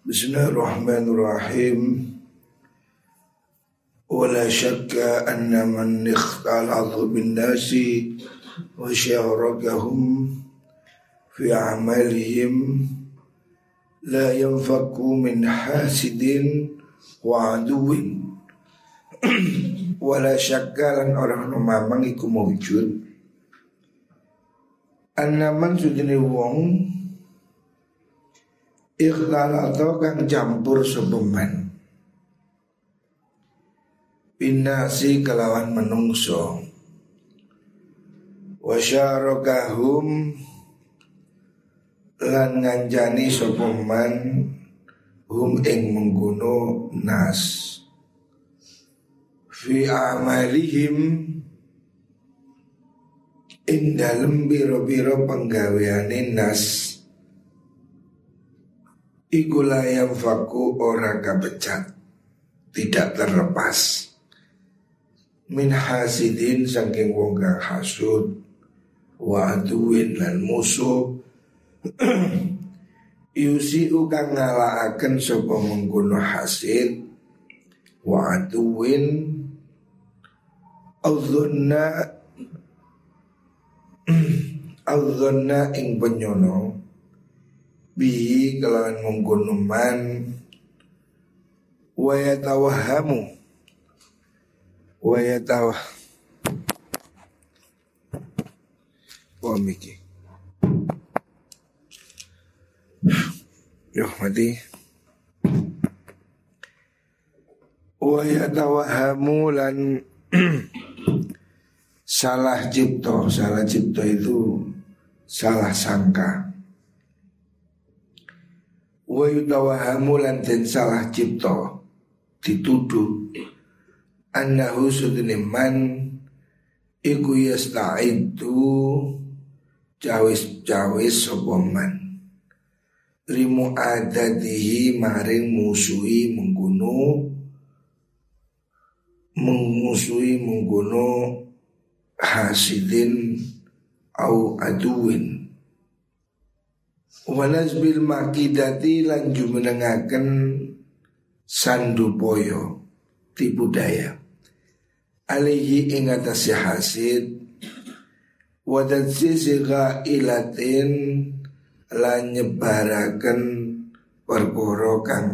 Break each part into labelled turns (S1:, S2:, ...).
S1: Bismillahirrahmanirrahim. Wala syakka anna man ikhtalata bin nasi wa syarakahum fi amalihim la yanfaku min hasidin wa aduwin. Wala syakka lan orang mamang iku mawujud anna man sujini wong ikhlalato kang campur sepeman binasi kelawan menungso wasyarokahum lan nganjani sepeman hum ing mengguno nas fi amalihim ing dalem biro-biro penggaweane nas iku layam faku ora kapecat, tidak terlepas min hasidin saking wong kang hasud wa aduwin lan musuh yusiu kang ngalaaken sapa mengkono hasid wa aduwin audzonna ing penyono bihi kelawan menggunuman wa yatawahamu miki yo mati wa yatawahamu lan salah cipta itu salah sangka wa yutawahamu lan den salah cipta dituduh annahu sudune man iku yasta'idu jawis sapa man limu adadihi maring musuhi mengguno hasidin au aduwin wanazbil makidati lan jumenengaken sandupoyo tipu daya alihi ing atase hasid wadansi siga ilatin lan nyebaraken perkara kang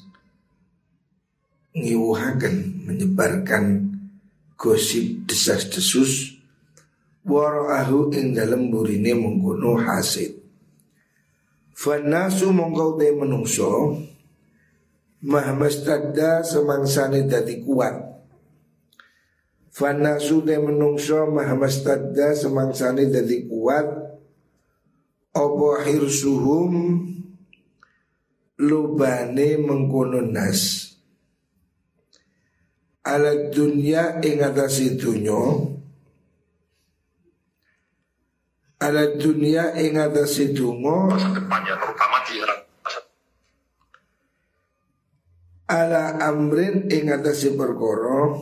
S1: ngiwuhaken menyebarkan gosip desas-desus wara'ahu ing dalem burine mengkono hasid. Fanasu mongkau te menungso mahmastadda semangsane dadi kuat. Fanasu te menungso mahmastadda semangsane dadi kuat. Apa hirsuhum lubane mengkono nas ala dunya ing atase dunyo ala dunia ing atase donga depannya terutama di ala amrin ing atase perkara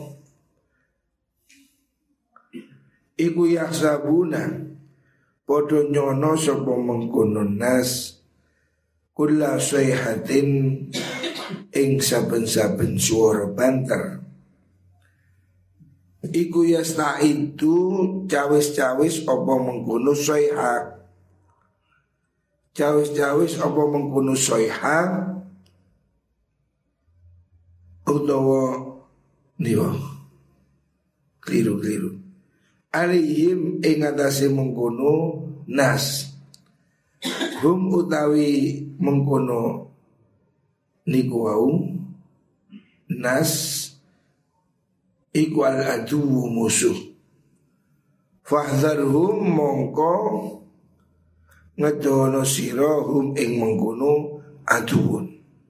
S1: iku yahsabuna padha nyono sapa mengkono nas kula sayhatin ing saben-saben swara banter iku yasta'idu cawis-cawis apa mengkono soiha cawis-cawis apa mengkono soiha utawa niwa keliru alihim ing atase mengkono nas hum utawi mengkono niku wau nas iku al-adu musuh fahdharhum mongko ngedono sirahum ing mengkono aduun.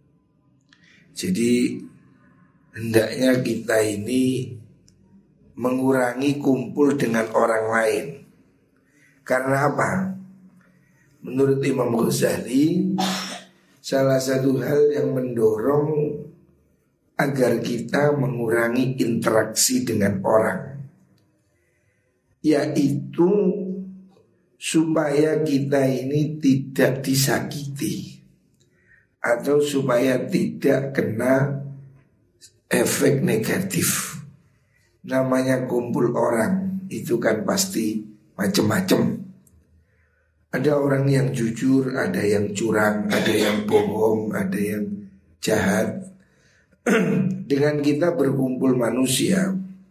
S1: Jadi hendaknya kita ini mengurangi kumpul dengan orang lain. Karena apa? Menurut Imam Ghazali, salah satu hal yang mendorong agar kita mengurangi interaksi dengan orang, yaitu supaya kita ini tidak disakiti atau supaya tidak kena efek negatif. Namanya kumpul orang itu kan pasti macam-macam. Ada orang yang jujur, ada yang curang, ada yang bohong, ada yang jahat. Dengan kita berkumpul manusia,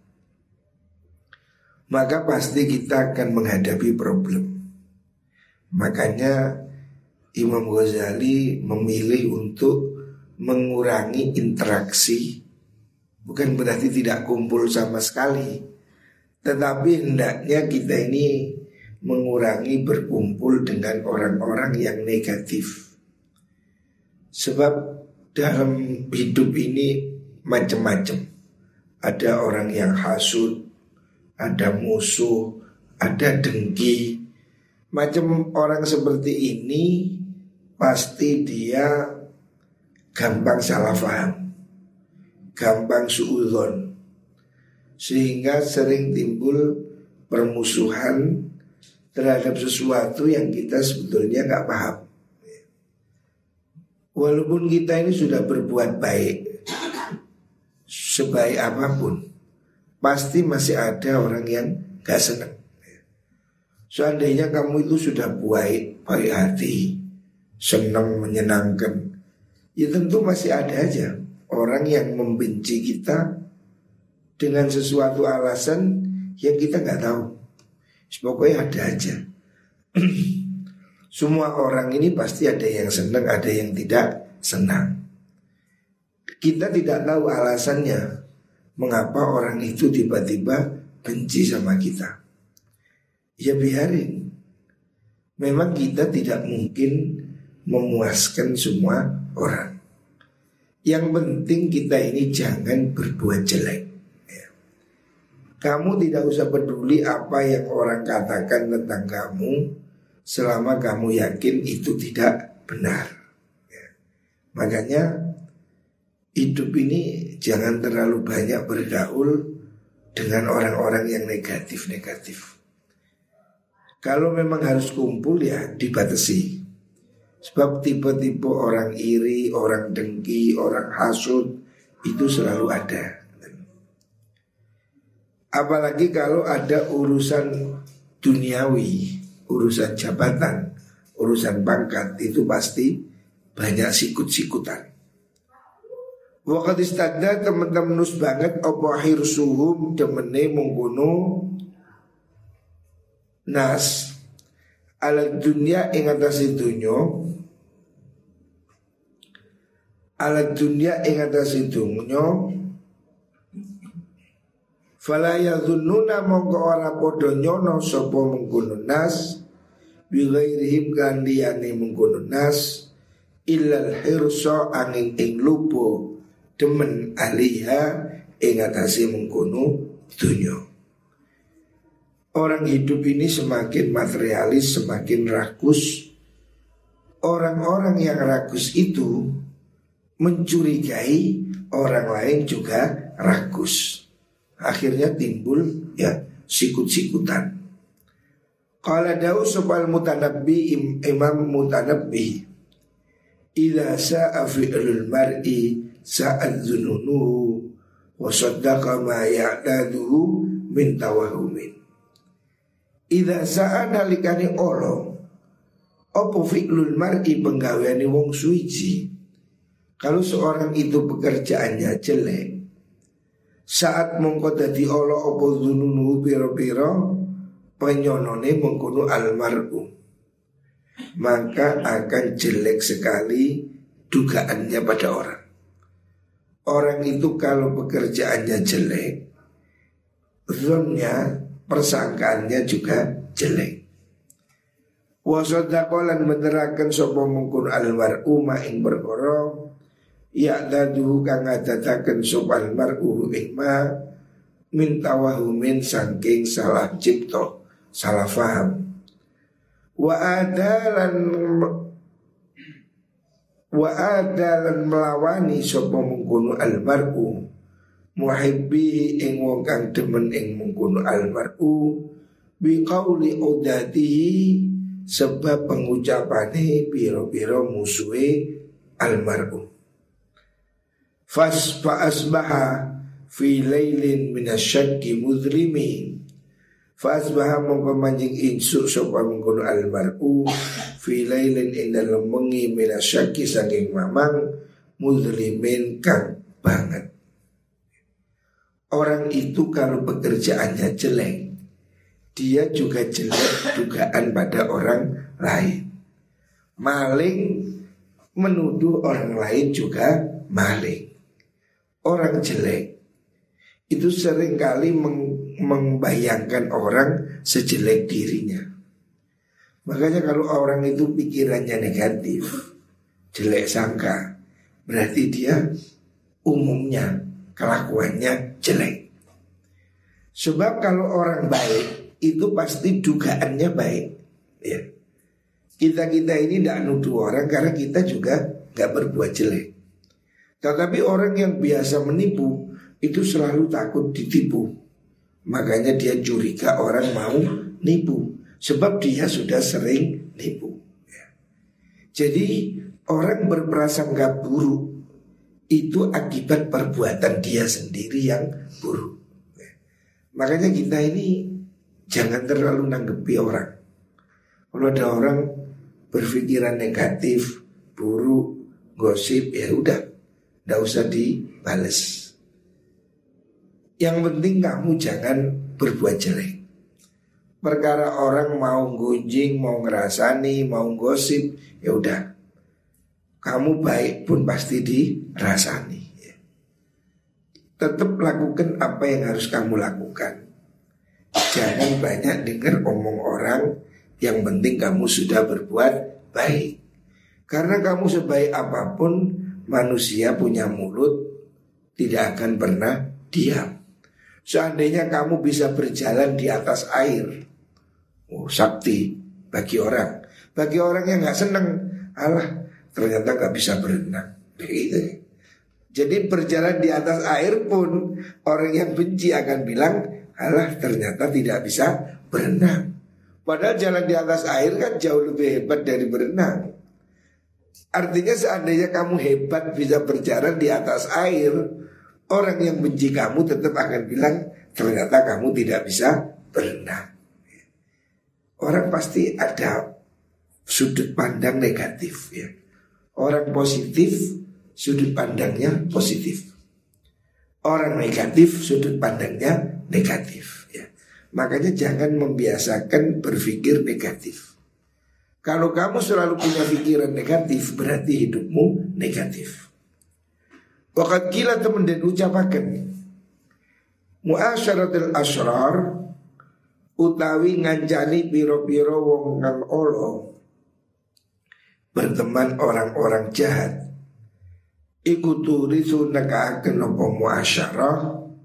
S1: maka pasti kita akan menghadapi problem. Makanya Imam Ghazali memilih untuk mengurangi interaksi. Bukan berarti tidak kumpul sama sekali, tetapi hendaknya kita ini mengurangi berkumpul dengan orang-orang yang negatif. Sebab dalam hidup ini macam-macam. Ada orang yang hasud, ada musuh, ada dengki. Macam orang seperti ini pasti dia gampang salah paham, gampang suudzon, sehingga sering timbul permusuhan terhadap sesuatu yang kita sebetulnya nggak paham. Walaupun kita ini sudah berbuat baik, sebaik apapun, pasti masih ada orang yang gak senang. Seandainya kamu itu sudah baik hati, senang, menyenangkan, ya tentu masih ada aja orang yang membenci kita dengan sesuatu alasan yang kita nggak tahu. Pokoknya ada aja. Semua orang ini pasti ada yang senang, ada yang tidak senang. Kita tidak tahu alasannya mengapa orang itu tiba-tiba benci sama kita. Ya biarin. Memang kita tidak mungkin memuaskan semua orang. Yang penting kita ini jangan berbuat jelek. Kamu tidak usah peduli apa yang orang katakan tentang kamu, selama kamu yakin itu tidak benar. Makanya hidup ini jangan terlalu banyak bergaul dengan orang-orang yang negatif-negatif. Kalau memang harus kumpul ya dibatasi. Sebab tipe-tipe orang iri, orang dengki, orang hasud itu selalu ada. Apalagi kalau ada urusan duniawi, urusan jabatan, urusan pangkat, itu pasti banyak sikut-sikutan. Waqad istadda teman-teman nus banget apa hirsuhum temene mengkono nas ala dunia ing atase dunya, ala dunia ing atase dunya. Fala yadhunnuna mongko ora padha nyono sapa mengkono nas bi ghairihim kan liyane mengkono nas illal hirsa angin ing lupo demen aliha ing atase mengkono dunya. Orang hidup ini semakin materialis, semakin rakus. Orang-orang yang rakus itu mencurigai orang lain juga rakus. Akhirnya timbul ya sikut-sikutan. Qala dawu supal mutanabbi imam mutanabbi idza sa'a fi'lul mar'i sa'ad dhununuhu wa saddaqa ma ya'daduhu min tawahumin. Idza sa'a nalikane olo apa fi'lul mar'i penggaweane wong suci. Kalau seorang itu pekerjaannya jelek, saat mongko dadi olo opo dzununu piro-piro penyonone mengkono almar'u, maka akan jelek sekali dugaannya pada orang. Orang itu kalau pekerjaannya jelek, zonnya, persangkaannya juga jelek. Wasodaqolan menerakan sopo mengkono almar'u ma ing perkara ya dadu kang ngadataken sopal mar'u ing ma min tawahumin saking salah cipta, salah faham. Wa adalan melawani sapa mengkono almar'u muhibbi ing wong kang demen ing mengkono almar'u bi qauli udatihi sebab pengucapane piro-piro musuhe almar'u. Fa asbaha fi lailin minasyakki mudlimi. Fa asbaha mongko manjing insuk sapa mengkono almar'u fi lailin ing dalem wengi minasyakki saking mamang mudlimin kang banget. Orang itu kalau pekerjaannya jelek, dia juga jelek dugaan pada orang lain. Maling menuduh orang lain juga maling. Orang jelek itu seringkali membayangkan orang sejelek dirinya. Makanya kalau orang itu pikirannya negatif, jelek sangka, berarti dia umumnya kelakuannya jelek. Sebab kalau orang baik itu pasti dugaannya baik, ya. Kita ini tidak nuduh orang karena kita juga nggak berbuat jelek. Tetapi orang yang biasa menipu itu selalu takut ditipu. Makanya dia curiga orang mau nipu, sebab dia sudah sering nipu, ya. Jadi orang berprasangka buruk itu akibat perbuatan dia sendiri yang buruk. Makanya kita ini jangan terlalu nanggepi orang. Kalau ada orang berpikiran negatif, buruk, gosip, ya udah, nggak usah dibales. Yang penting kamu jangan berbuat jelek. Perkara orang mau gunjing, mau ngerasani, mau gosip, ya udah, kamu baik pun pasti dirasani, ya. Tetap lakukan apa yang harus kamu lakukan. Jangan banyak dengar omong orang. Yang penting kamu sudah berbuat baik. Karena kamu sebaik apapun, manusia punya mulut, tidak akan pernah diam. Seandainya kamu bisa berjalan di atas air, sakti bagi orang. Bagi orang yang gak seneng, alah ternyata gak bisa berenang, begitu. Jadi berjalan di atas air pun orang yang benci akan bilang, alah ternyata tidak bisa berenang. Padahal jalan di atas air kan jauh lebih hebat dari berenang. Artinya seandainya kamu hebat bisa berjalan di atas air, orang yang benci kamu tetap akan bilang ternyata kamu tidak bisa berenang. Orang pasti ada sudut pandang negatif, ya. Orang positif sudut pandangnya positif. Orang negatif sudut pandangnya negatif, ya. Makanya jangan membiasakan berpikir negatif. Kalau kamu selalu punya pikiran negatif, berarti hidupmu negatif. Waqad qila temen den ucapaken muasyaratul asrar utawi ngancani piro-piro wong kang olo berteman orang-orang jahat iku turisu nekaaken apa muasyarah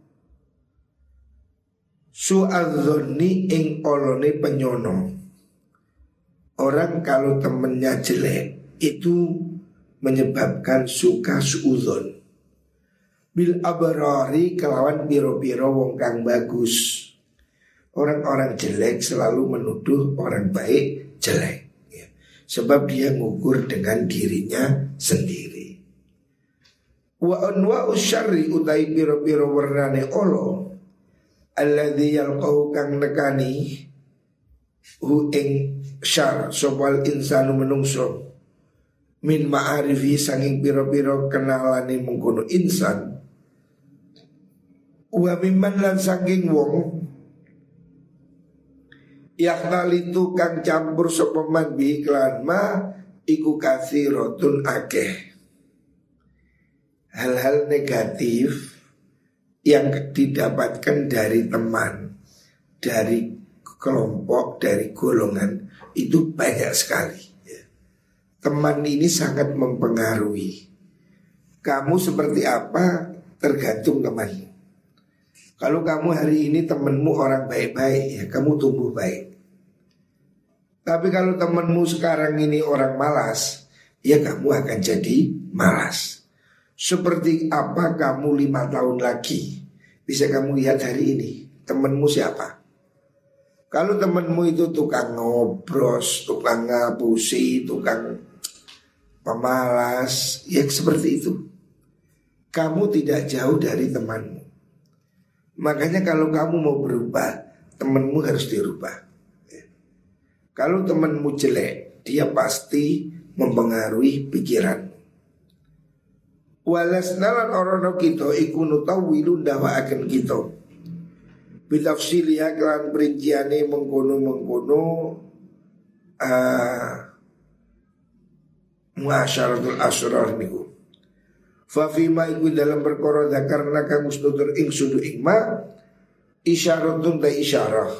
S1: su'adzonni ing olone penyono. Orang kalau temennya jelek itu menyebabkan suka suudzon bil abrari kelawan biro-biro wong kang bagus. Orang-orang jelek selalu menuduh orang baik jelek, ya. Sebab dia ngukur dengan dirinya sendiri. Wa anwa'u syarri utai biro-biro warnane olo alladzi yalqau kang nekani hu ing syar sopal insanu menungso min ma'arifi sanging piro-piro kenalane mengkono insan wa mimman lan sanging wong yakhtalitu kang campur sapa man bi iklan ma iku katsiratun akeh. Hal-hal negatif yang didapatkan dari teman, dari kelompok, dari golongan itu banyak sekali, ya. Teman ini sangat mempengaruhi. Kamu seperti apa tergantung temanmu. Kalau kamu hari ini temanmu orang baik-baik, ya kamu tumbuh baik. Tapi kalau temanmu sekarang ini orang malas, ya kamu akan jadi malas. Seperti apa kamu 5 tahun lagi, bisa kamu lihat hari ini temanmu siapa. Kalau temanmu itu tukang ngobros, tukang ngapusi, tukang pemalas, ya seperti itu. Kamu tidak jauh dari temanmu. Makanya kalau kamu mau berubah, temanmu harus dirubah. Kalau temanmu jelek, dia pasti mempengaruhi pikiran. Walasnalan orono kita iku nutawilu ndawaaken kita. Bitafsiliha kelan perinciane mengkono-mengkono muasyaratul asrar niku. Fa fima iku dalam perkara zakarna kang mustutur ing sudu ikma isyaratun ta isyarah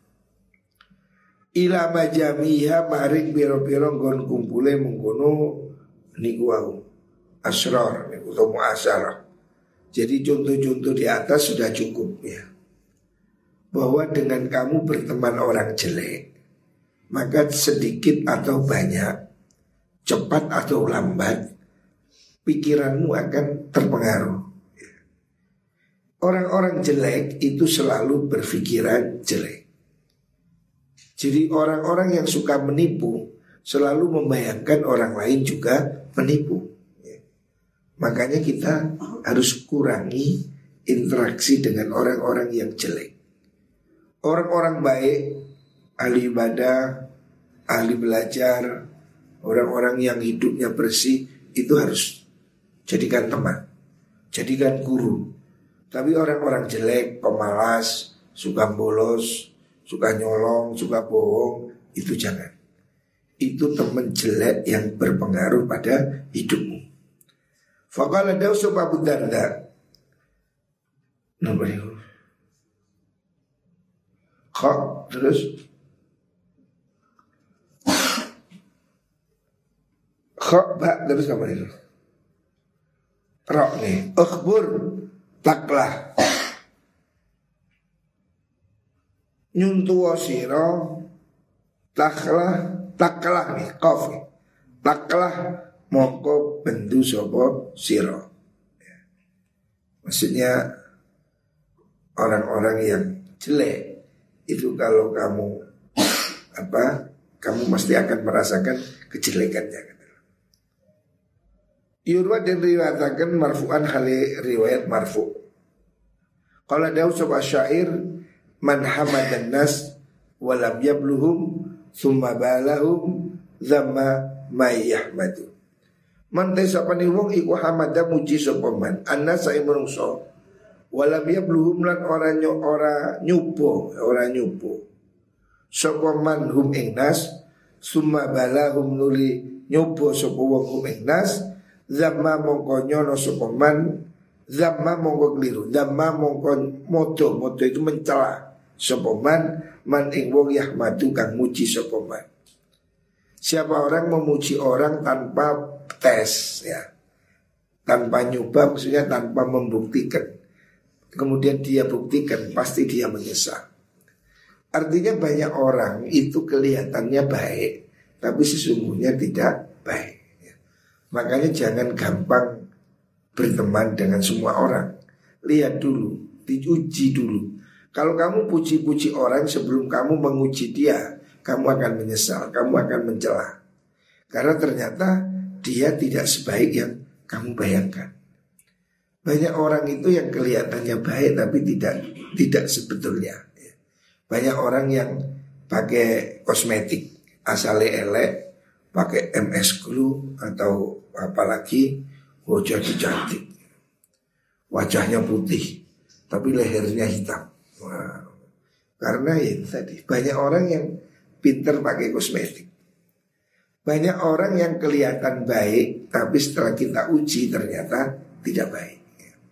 S1: ila majamiha maring biro-biro nggon kumpule mengkono niku wau asrar niku to muasyarah. Jadi contoh-contoh di atas sudah cukup ya. Bahwa dengan kamu berteman orang jelek, maka sedikit atau banyak, cepat atau lambat, pikiranmu akan terpengaruh. Orang-orang jelek itu selalu berpikiran jelek. Jadi orang-orang yang suka menipu selalu membayangkan orang lain juga menipu. Makanya kita harus kurangi interaksi dengan orang-orang yang jelek. Orang-orang baik, ahli ibadah, ahli belajar, orang-orang yang hidupnya bersih, itu harus jadikan teman, jadikan guru. Tapi orang-orang jelek, pemalas, suka bolos, suka nyolong, suka bohong, itu jangan. Itu teman jelek yang berpengaruh pada hidupmu. Faqala Dausub Abu Darda. Nomor itu. Kok terus kok bak terus apa itu? Rok nih. Ukhbur taklah. Nyuntuwa sira taklah nih qaf. Taklah mongko bendu sapa sira. Maksudnya orang-orang yang jelek itu kalau kamu kamu pasti akan merasakan kejelekannya. Yurwa dan riwayatakan marfu'an hale riwayat marfu'. Qala Daud sapa syair man hamadan nas walam yabluhum summa balahum zamma may yahmadu. Man tesapane wong iku hamada muji sapa man annas sae menungso walam yabluhum lan ora nyupo sapa man hum ing nas summa balahum nuli nyupo sapa wong hum ing nas zamma mongko nyono sapa man zamma mongko kliru zamma mongko moto itu mencela sapa man ing wong yahmadu kang muji sapa man. Siapa orang memuji orang tanpa tes ya, tanpa nyoba, maksudnya tanpa membuktikan, kemudian dia buktikan, pasti dia menyesal. Artinya banyak orang itu kelihatannya baik, tapi sesungguhnya tidak baik. Makanya jangan gampang berteman dengan semua orang. Lihat dulu, diuji dulu. Kalau kamu puji-puji orang sebelum kamu menguji dia, kamu akan menyesal, kamu akan mencela. Karena ternyata dia tidak sebaik yang kamu bayangkan. Banyak orang itu yang kelihatannya baik tapi tidak sebetulnya. Banyak orang yang pakai kosmetik asale elek, pakai MS Glue atau apalagi jadi cantik. Wajahnya putih tapi lehernya hitam. Wow. Karena ya tadi banyak orang yang pinter pakai kosmetik. Banyak orang yang kelihatan baik tapi setelah kita uji ternyata tidak baik.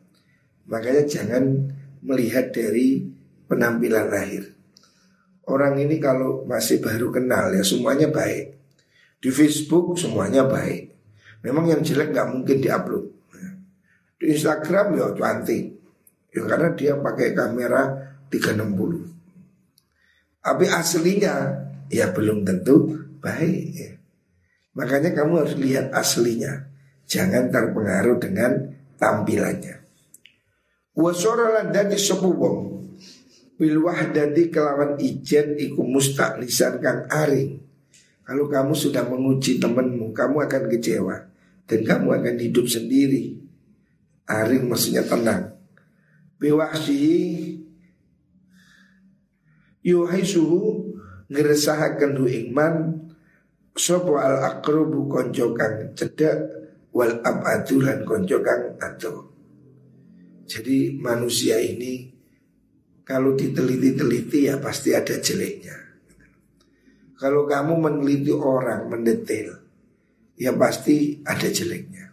S1: Makanya jangan melihat dari penampilan lahir. Orang ini kalau masih baru kenal ya semuanya baik. Di Facebook semuanya baik. Memang yang jelek gak mungkin diupload. Di Instagram ya cantik. Ya karena dia pakai kamera 360. Tapi aslinya ya belum tentu baik ya. Makanya kamu harus lihat aslinya. Jangan terpengaruh dengan tampilannya. Wasorolan dadi sepu wong bil wahdati kelawan ijen iku mustaqlisan kang aring. Kalau kamu sudah menguji temanmu, kamu akan kecewa. dan kamu akan hidup sendiri. Aring maksudnya tenang. Bewahsihi yuhaisuhu ngeresahaken hu ingman sapa al aqrabu konco kang cedhak wal abadu lan konco kang adoh. Jadi manusia ini kalau diteliti-teliti ya pasti ada jeleknya. Kalau kamu meneliti orang mendetail ya pasti ada jeleknya.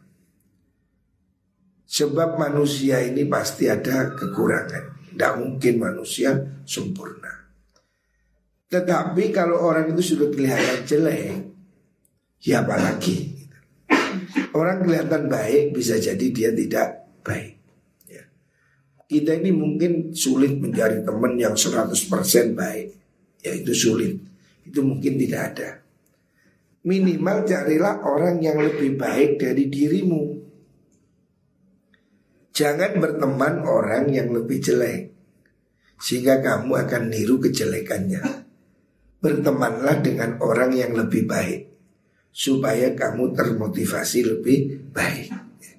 S1: Sebab manusia ini pasti ada kekurangan. Tidak mungkin manusia sempurna. Tetapi kalau orang itu sudah kelihatan jelek, ya apalagi. Orang kelihatan baik bisa jadi dia tidak baik. Ya. Kita ini mungkin sulit mencari teman yang 100% baik. Ya itu sulit. Itu mungkin tidak ada. Minimal carilah orang yang lebih baik dari dirimu. Jangan berteman orang yang lebih jelek, sehingga kamu akan niru kejelekannya. Bertemanlah dengan orang yang lebih baik, supaya kamu termotivasi lebih baik.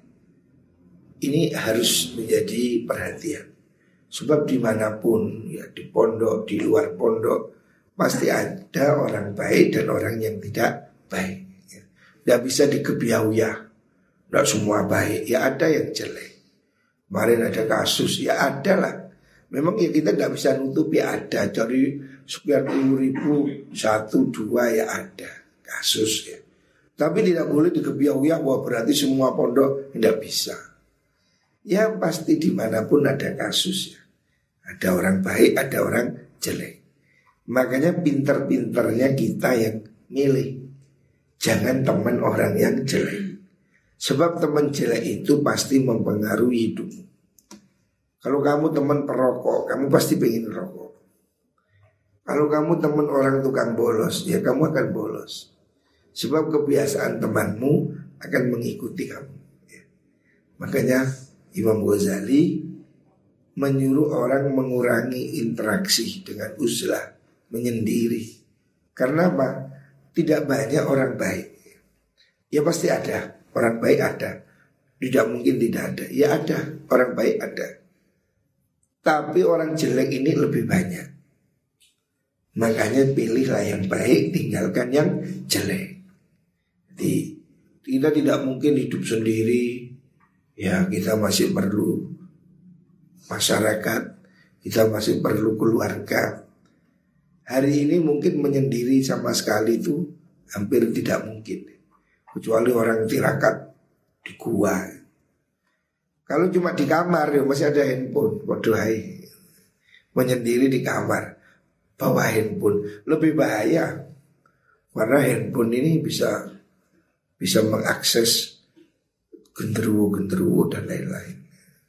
S1: Ini harus menjadi perhatian. Sebab dimanapun, ya di pondok, di luar pondok, pasti ada orang baik dan orang yang tidak baik. Tidak bisa dikebiau-ya. Tidak semua baik, ya ada yang jelek. Kemarin ada kasus, ya ada lah. Memang ya kita nggak bisa nutupi ada. Dari sekian puluh ribu, 1, 2 ya ada kasus ya. Tapi tidak boleh dikebiau-ya, wah berarti semua pondok tidak bisa. Ya pasti dimanapun ada kasus ya. Ada orang baik, ada orang jelek. Makanya pinter-pinternya kita yang milih. Jangan teman orang yang jelek. Sebab teman jelek itu pasti mempengaruhi hidupmu. Kalau kamu teman perokok, kamu pasti pengen rokok. Kalau kamu teman orang tukang bolos, ya kamu akan bolos. Sebab kebiasaan temanmu akan mengikuti kamu. Ya. Makanya Imam Ghazali menyuruh orang mengurangi interaksi dengan uzlah, menyendiri. Karena apa? Tidak banyak orang baik. Ya pasti ada. Orang baik ada. Tidak mungkin tidak ada. Ya ada. Orang baik ada. Tapi orang jelek ini lebih banyak. Makanya pilihlah yang baik, tinggalkan yang jelek. Jadi kita tidak mungkin hidup sendiri. Ya kita masih perlu masyarakat. Kita masih perlu keluarga. Hari ini mungkin menyendiri sama sekali itu hampir tidak mungkin. Kecuali orang tirakat di gua. Kalau cuma di kamar ya masih ada handphone. Waduh hai. Menyendiri di kamar, bawa handphone lebih bahaya. Karena handphone ini bisa mengakses genderuwo dan lain-lain.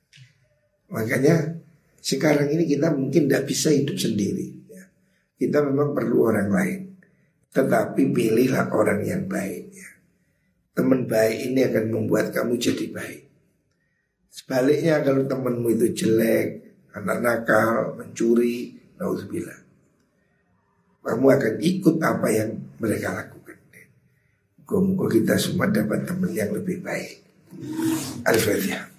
S1: Makanya sekarang ini kita mungkin tidak bisa hidup sendiri. Kita memang perlu orang lain. Tetapi pilihlah orang yang baik. Teman baik ini akan membuat kamu jadi baik. Sebaliknya kalau temanmu itu jelek, anak nakal, mencuri, naudzubillah, kamu akan ikut apa yang mereka lakukan. Moga-moga kita semua dapat teman yang lebih baik. Al-Fatihah.